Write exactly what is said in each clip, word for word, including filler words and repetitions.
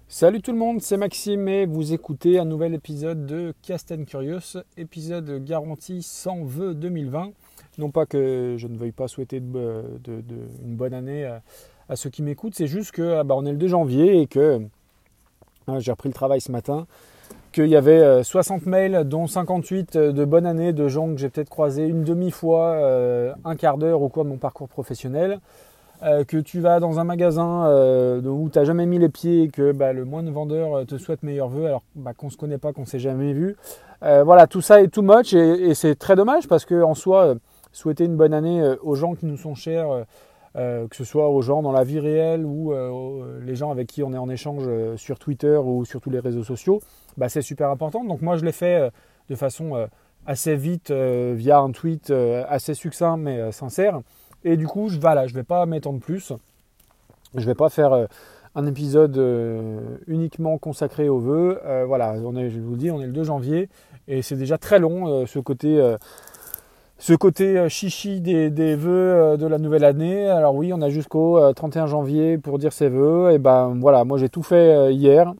Salut tout le monde, c'est Maxime et vous écoutez un nouvel épisode de Cast and Curious, épisode garanti sans vœux deux mille vingt. Non pas que je ne veuille pas souhaiter de, de, de, une bonne année à, à ceux qui m'écoutent, c'est juste que bah, on est le deux janvier et que hein, j'ai repris le travail ce matin, qu'il y avait soixante mails dont cinquante-huit de bonne année de gens que j'ai peut-être croisés une demi-fois, euh, un quart d'heure au cours de mon parcours professionnel. Euh, que tu vas dans un magasin euh, où tu n'as jamais mis les pieds et que bah, le moindre vendeur te souhaite meilleurs vœux alors bah, qu'on ne se connaît pas, qu'on ne s'est jamais vu. Euh, voilà, tout ça est too much et, et c'est très dommage parce qu'en soi, euh, souhaiter une bonne année euh, aux gens qui nous sont chers, euh, euh, que ce soit aux gens dans la vie réelle ou euh, les gens avec qui on est en échange euh, sur Twitter ou sur tous les réseaux sociaux, bah, c'est super important. Donc moi, je l'ai fait euh, de façon euh, assez vite euh, via un tweet euh, assez succinct mais euh, sincère. Et du coup, je, voilà, je ne vais pas m'étendre plus. Je ne vais pas faire euh, un épisode euh, uniquement consacré aux vœux. Euh, voilà, on est, je vous le dis, on est le deux janvier et c'est déjà très long euh, ce côté, euh, ce côté euh, chichi des, des vœux euh, de la nouvelle année. Alors oui, on a jusqu'au euh, trente et un janvier pour dire ses vœux. Et ben voilà, moi j'ai tout fait euh, hier.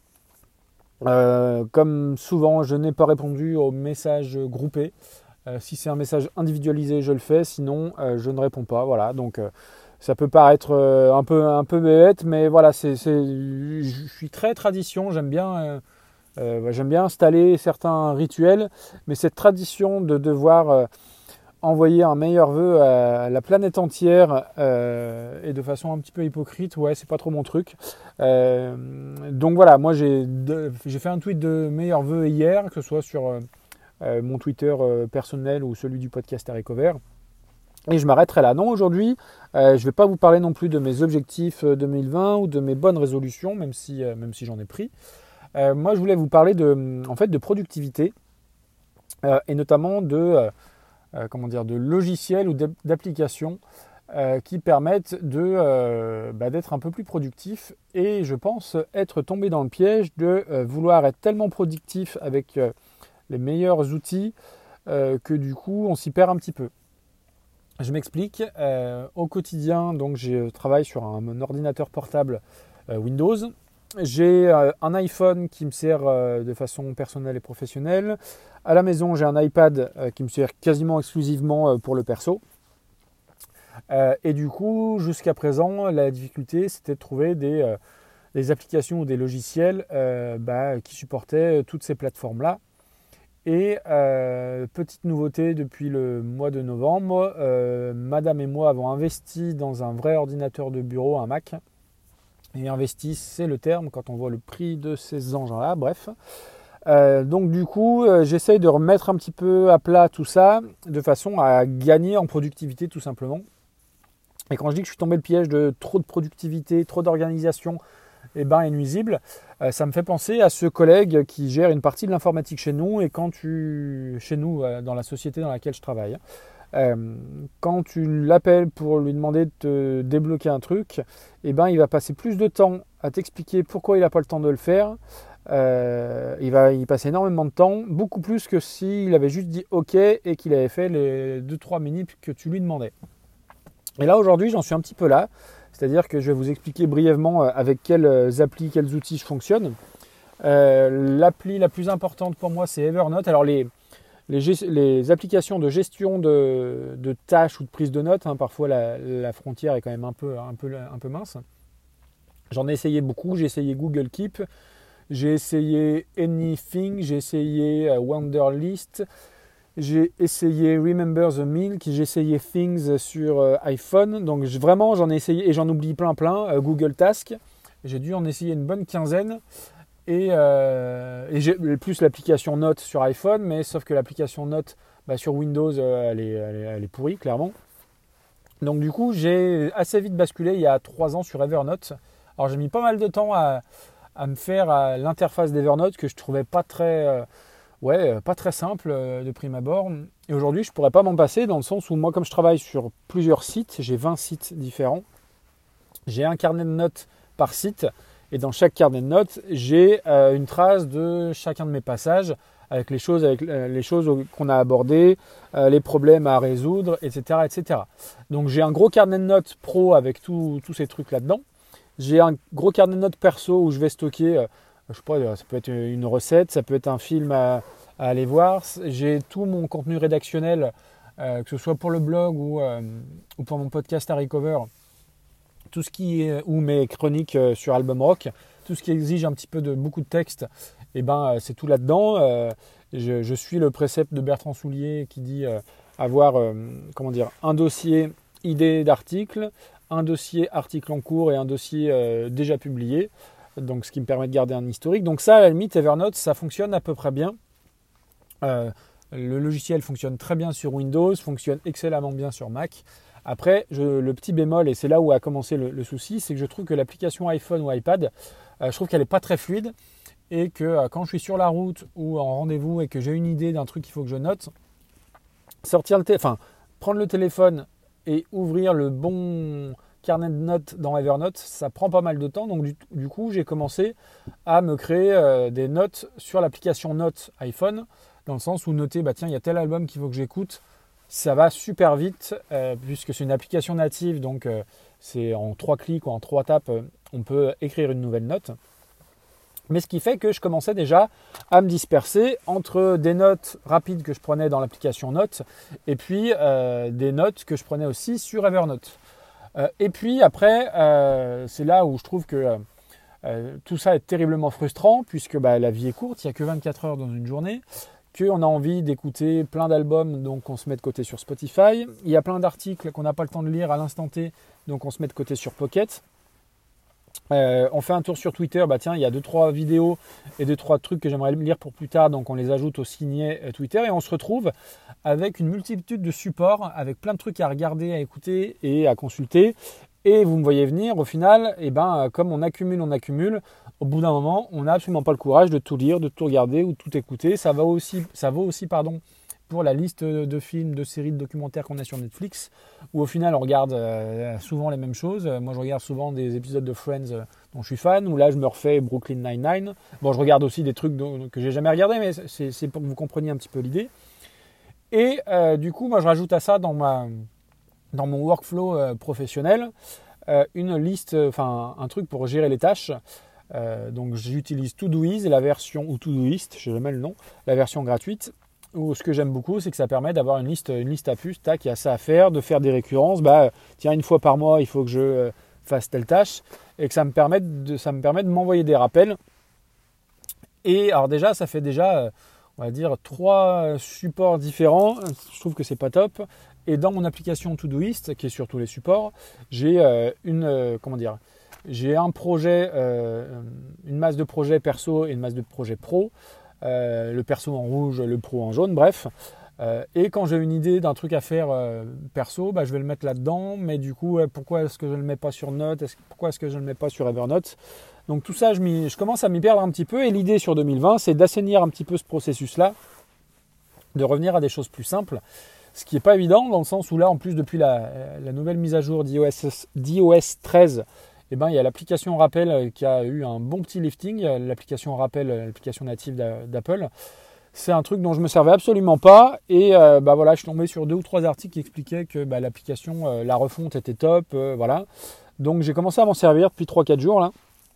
Euh, comme souvent, je n'ai pas répondu aux messages groupés. Euh, si c'est un message individualisé, je le fais. Sinon, euh, je ne réponds pas. Voilà. Donc, euh, ça peut paraître euh, un peu un peu bête, mais voilà, c'est, c'est, je suis très tradition. J'aime bien, euh, euh, j'aime bien installer certains rituels, mais cette tradition de devoir euh, envoyer un meilleur vœu à la planète entière euh, et de façon un petit peu hypocrite, ouais, c'est pas trop mon truc. Euh, donc voilà, moi j'ai, de, j'ai fait un tweet de meilleurs vœux hier, que ce soit sur euh, Euh, mon Twitter euh, personnel ou celui du podcast Harry Cover. Et je m'arrêterai là. Non, aujourd'hui, euh, je ne vais pas vous parler non plus de mes objectifs deux mille vingt ou de mes bonnes résolutions, même si, euh, même si j'en ai pris. Euh, moi, je voulais vous parler de, en fait, de productivité euh, et notamment de, euh, comment dire, de logiciels ou d'applications euh, qui permettent de, euh, bah, d'être un peu plus productif. Et je pense être tombé dans le piège de euh, vouloir être tellement productif avec euh, les meilleurs outils euh, que du coup on s'y perd un petit peu. Je m'explique. Euh, au quotidien, donc je travaille sur un, un ordinateur portable euh, Windows. J'ai euh, un iPhone qui me sert euh, de façon personnelle et professionnelle. À la maison, j'ai un iPad euh, qui me sert quasiment exclusivement euh, pour le perso. Euh, et du coup, jusqu'à présent, la difficulté, c'était de trouver des, euh, des applications ou des logiciels euh, bah, qui supportaient toutes ces plateformes-là. Et euh, petite nouveauté depuis le mois de novembre, euh, madame et moi avons investi dans un vrai ordinateur de bureau, un Mac. Et investi, c'est le terme quand on voit le prix de ces engins-là, bref. Euh, donc du coup, euh, j'essaye de remettre un petit peu à plat tout ça, de façon à gagner en productivité tout simplement. Et quand je dis que je suis tombé le piège de trop de productivité, trop d'organisation, eh ben, est nuisible. Euh, ça me fait penser à ce collègue qui gère une partie de l'informatique chez nous et quand tu, chez nous, euh, dans la société dans laquelle je travaille, euh, quand tu l'appelles pour lui demander de te débloquer un truc, eh ben, il va passer plus de temps à t'expliquer pourquoi il n'a pas le temps de le faire. Euh, il va y passer énormément de temps, beaucoup plus que s'il avait juste dit OK et qu'il avait fait les deux trois minutes que tu lui demandais. Et là, aujourd'hui, j'en suis un petit peu là. C'est-à-dire que je vais vous expliquer brièvement avec quelles applis, quels outils je fonctionne. Euh, l'appli la plus importante pour moi, c'est Evernote. Alors, les, les, les applications de gestion de, de tâches ou de prise de notes, hein, parfois la, la frontière est quand même un peu, un peu, un peu mince. J'en ai essayé beaucoup. J'ai essayé Google Keep, j'ai essayé Anything, j'ai essayé Wunderlist. J'ai essayé Remember the Milk, j'ai essayé Things sur euh, iPhone. Donc vraiment, j'en ai essayé et j'en oublie plein plein. Euh, Google Task, j'ai dû en essayer une bonne quinzaine. Et, euh, et j'ai plus l'application Note sur iPhone, mais sauf que l'application Note bah, sur Windows, euh, elle, est, elle, est, elle est pourrie, clairement. Donc du coup, j'ai assez vite basculé il y a trois ans sur Evernote. Alors j'ai mis pas mal de temps à, à me faire à l'interface d'Evernote que je trouvais pas très... Euh, Ouais, pas très simple de prime abord. Et aujourd'hui, je ne pourrais pas m'en passer dans le sens où moi, comme je travaille sur plusieurs sites, j'ai vingt sites différents. J'ai un carnet de notes par site. Et dans chaque carnet de notes, j'ai euh, une trace de chacun de mes passages avec les choses, avec, euh, les choses qu'on a abordées, euh, les problèmes à résoudre, et cetera, et cetera. Donc, j'ai un gros carnet de notes pro avec tous ces trucs là-dedans. J'ai un gros carnet de notes perso où je vais stocker, euh, je sais pas, ça peut être une recette, ça peut être un film à, à aller voir. J'ai tout mon contenu rédactionnel, euh, que ce soit pour le blog ou, euh, ou pour mon podcast à Recover, tout ce qui est, ou mes chroniques euh, sur Album Rock, tout ce qui exige un petit peu de beaucoup de texte, et ben, euh, c'est tout là-dedans. Euh, je, je suis le précepte de Bertrand Soulier qui dit euh, avoir euh, comment dire, un dossier idée d'article, un dossier article en cours et un dossier euh, déjà publié. Donc, ce qui me permet de garder un historique. Donc ça, à la limite, Evernote, ça fonctionne à peu près bien. Euh, le logiciel fonctionne très bien sur Windows, fonctionne excellemment bien sur Mac. Après, je, le petit bémol, et c'est là où a commencé le, le souci, c'est que je trouve que l'application iPhone ou iPad, euh, je trouve qu'elle n'est pas très fluide et que euh, quand je suis sur la route ou en rendez-vous et que j'ai une idée d'un truc qu'il faut que je note, sortir le té- enfin, prendre le téléphone et ouvrir le bon carnet de notes dans Evernote, ça prend pas mal de temps. Donc du, du coup, j'ai commencé à me créer euh, des notes sur l'application Notes iPhone, dans le sens où noter, bah tiens, il y a tel album qu'il faut que j'écoute. Ça va super vite euh, puisque c'est une application native, donc euh, c'est en trois clics ou en trois tapes, euh, on peut écrire une nouvelle note. Mais ce qui fait que je commençais déjà à me disperser entre des notes rapides que je prenais dans l'application Notes et puis euh, des notes que je prenais aussi sur Evernote. Euh, et puis après, euh, c'est là où je trouve que euh, tout ça est terriblement frustrant puisque bah, la vie est courte, il n'y a que vingt-quatre heures dans une journée, qu'on a envie d'écouter plein d'albums, donc on se met de côté sur Spotify. Il y a plein d'articles qu'on n'a pas le temps de lire à l'instant T, donc on se met de côté sur Pocket. Euh, on fait un tour sur Twitter, bah tiens, il y a deux trois vidéos et deux trois trucs que j'aimerais lire pour plus tard, donc on les ajoute au signet Twitter et on se retrouve avec une multitude de supports, avec plein de trucs à regarder, à écouter et à consulter. Et vous me voyez venir, au final, et ben, comme on accumule, on accumule, au bout d'un moment, on n'a absolument pas le courage de tout lire, de tout regarder ou de tout écouter. Ça va aussi, ça vaut aussi pardon, pour la liste de films, de séries, de documentaires qu'on a sur Netflix, où au final on regarde euh, souvent les mêmes choses. Moi je regarde souvent des épisodes de Friends euh, dont je suis fan, où là je me refais Brooklyn Nine-Nine. Bon, je regarde aussi des trucs dont, que j'ai jamais regardé, mais c'est, c'est pour que vous compreniez un petit peu l'idée. Et euh, du coup, moi je rajoute à ça dans, ma, dans mon workflow euh, professionnel euh, une liste, enfin un truc pour gérer les tâches. Euh, donc j'utilise Todoist, la version, ou Todoist, je sais jamais le nom, la version gratuite. Où ce que j'aime beaucoup, c'est que ça permet d'avoir une liste, une liste à puces, tac, il y a ça à faire, de faire des récurrences. Bah, tiens, une fois par mois, il faut que je fasse telle tâche, et que ça me permette de, ça me permet de m'envoyer des rappels. Et alors déjà, ça fait déjà, on va dire, trois supports différents. Je trouve que c'est pas top. Et dans mon application Todoist, qui est sur tous les supports, j'ai euh, une, euh, comment dire, j'ai un projet, euh, une masse de projets perso et une masse de projets pro. Euh, le perso en rouge, le pro en jaune, bref. Euh, et quand j'ai une idée d'un truc à faire euh, perso, bah, je vais le mettre là-dedans. Mais du coup, euh, pourquoi est-ce que je ne le mets pas sur Note est-ce, Pourquoi est-ce que je ne le mets pas sur Evernote? Donc tout ça, je, je commence à m'y perdre un petit peu. Et l'idée sur deux mille vingt, c'est d'assainir un petit peu ce processus-là, de revenir à des choses plus simples. Ce qui n'est pas évident dans le sens où là, en plus, depuis la, la nouvelle mise à jour d'iOS, d'iOS treize, eh ben, il y a l'application Rappel qui a eu un bon petit lifting. L'application Rappel, l'application native d'Apple, c'est un truc dont je ne me servais absolument pas. Et euh, bah voilà, je suis tombé sur deux ou trois articles qui expliquaient que bah, l'application, euh, la refonte était top. Euh, voilà. Donc j'ai commencé à m'en servir depuis trois quatre jours là.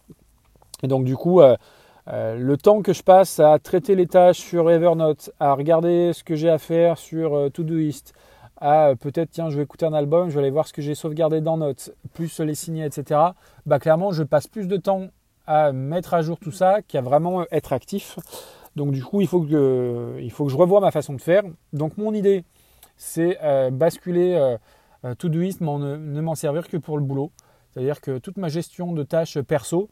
Et donc du coup, euh, euh, le temps que je passe à traiter les tâches sur Evernote, à regarder ce que j'ai à faire sur euh, Todoist, à peut-être, tiens, je vais écouter un album, je vais aller voir ce que j'ai sauvegardé dans Notes, plus les signets, et cetera. Bah, clairement, je passe plus de temps à mettre à jour tout ça qu'à vraiment être actif. Donc, du coup, il faut que, il faut que je revoie ma façon de faire. Donc, mon idée, c'est euh, basculer euh, Todoist, mais ne, ne m'en servir que pour le boulot. C'est-à-dire que toute ma gestion de tâches perso,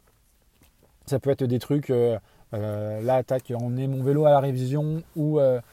ça peut être des trucs, euh, euh, là, tac, on est mon vélo à la révision ou... Euh,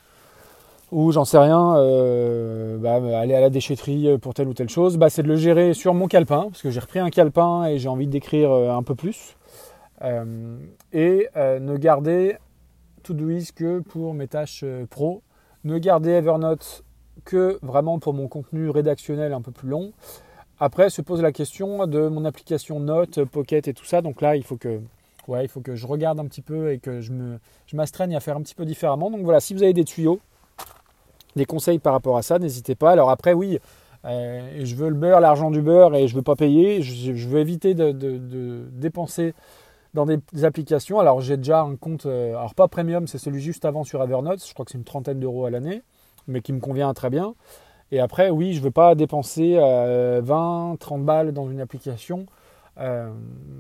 ou j'en sais rien, euh, bah, aller à la déchetterie pour telle ou telle chose, bah, c'est de le gérer sur mon calepin, parce que j'ai repris un calepin et j'ai envie d'écrire un peu plus, euh, et euh, ne garder Todoist que pour mes tâches pro, ne garder Evernote que vraiment pour mon contenu rédactionnel un peu plus long. Après se pose la question de mon application Notes, Pocket et tout ça, donc là il faut que, ouais, il faut que je regarde un petit peu et que je, me, je m'astreigne à faire un petit peu différemment. Donc voilà, si vous avez des tuyaux, des conseils par rapport à ça, n'hésitez pas. Alors après, oui, euh, et je veux le beurre, l'argent du beurre et je veux pas payer. Je, je veux éviter de, de, de dépenser dans des, des applications. Alors j'ai déjà un compte, euh, alors pas premium, c'est celui juste avant sur Evernote. Je crois que c'est une trentaine d'euros à l'année, mais qui me convient très bien. Et après, oui, je ne veux pas dépenser euh, vingt, trente balles dans une application. Euh,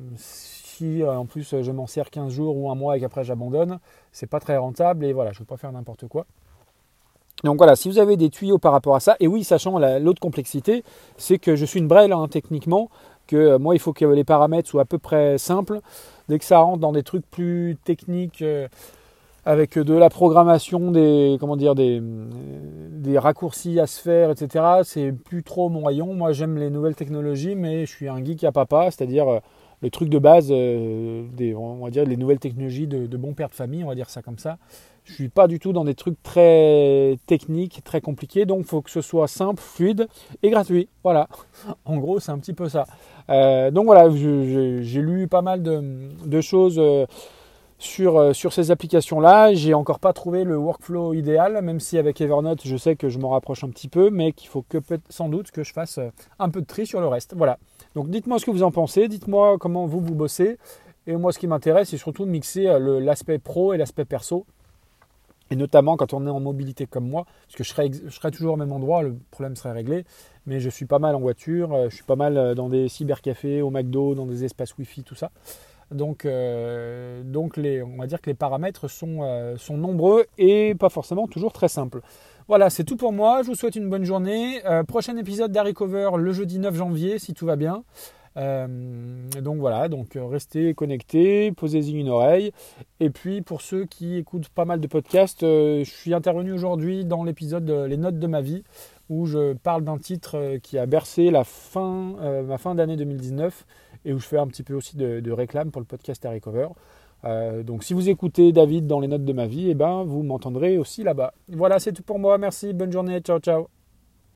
si euh, en plus je m'en sers quinze jours ou un mois et qu'après j'abandonne, c'est pas très rentable et voilà, je ne veux pas faire n'importe quoi. Donc voilà, si vous avez des tuyaux par rapport à ça, et oui, sachant la, l'autre complexité, c'est que je suis une brêle hein, techniquement, que euh, moi il faut que les paramètres soient à peu près simples. Dès que ça rentre dans des trucs plus techniques, euh, avec de la programmation, des, comment dire, des, des raccourcis à se faire, et cetera, c'est plus trop mon rayon. Moi j'aime les nouvelles technologies, mais je suis un geek à papa, c'est-à-dire euh, le truc de base, euh, des, on va dire les nouvelles technologies de, de bon père de famille, on va dire ça comme ça. Je ne suis pas du tout dans des trucs très techniques, très compliqués, donc il faut que ce soit simple, fluide et gratuit. Voilà, en gros c'est un petit peu ça. Euh, donc voilà, je, je, j'ai lu pas mal de, de choses euh, sur, euh, sur ces applications-là. J'ai encore pas trouvé le workflow idéal, même si avec Evernote je sais que je m'en rapproche un petit peu, mais qu'il faut que sans doute que je fasse un peu de tri sur le reste. Voilà, donc dites-moi ce que vous en pensez, dites-moi comment vous vous bossez. Et moi ce qui m'intéresse c'est surtout de mixer le, l'aspect pro et l'aspect perso. Et notamment quand on est en mobilité comme moi, parce que je serais, je serais toujours au même endroit, le problème serait réglé. Mais je suis pas mal en voiture, je suis pas mal dans des cybercafés, au McDo, dans des espaces Wi-Fi, tout ça. Donc, euh, donc les, on va dire que les paramètres sont, euh, sont nombreux et pas forcément toujours très simples. Voilà, c'est tout pour moi. Je vous souhaite une bonne journée. Euh, prochain épisode d'HarryCover le jeudi neuf janvier, si tout va bien. Euh, donc voilà, donc restez connectés, posez-y une oreille. Et puis pour ceux qui écoutent pas mal de podcasts, euh, je suis intervenu aujourd'hui dans l'épisode Les Notes de ma vie, où je parle d'un titre qui a bercé la fin, euh, ma fin d'année deux mille dix-neuf et où je fais un petit peu aussi de, de réclame pour le podcast HarryCover. Euh, donc si vous écoutez David dans Les Notes de ma vie, eh ben, vous m'entendrez aussi là-bas. Voilà, c'est tout pour moi. Merci, bonne journée, ciao ciao.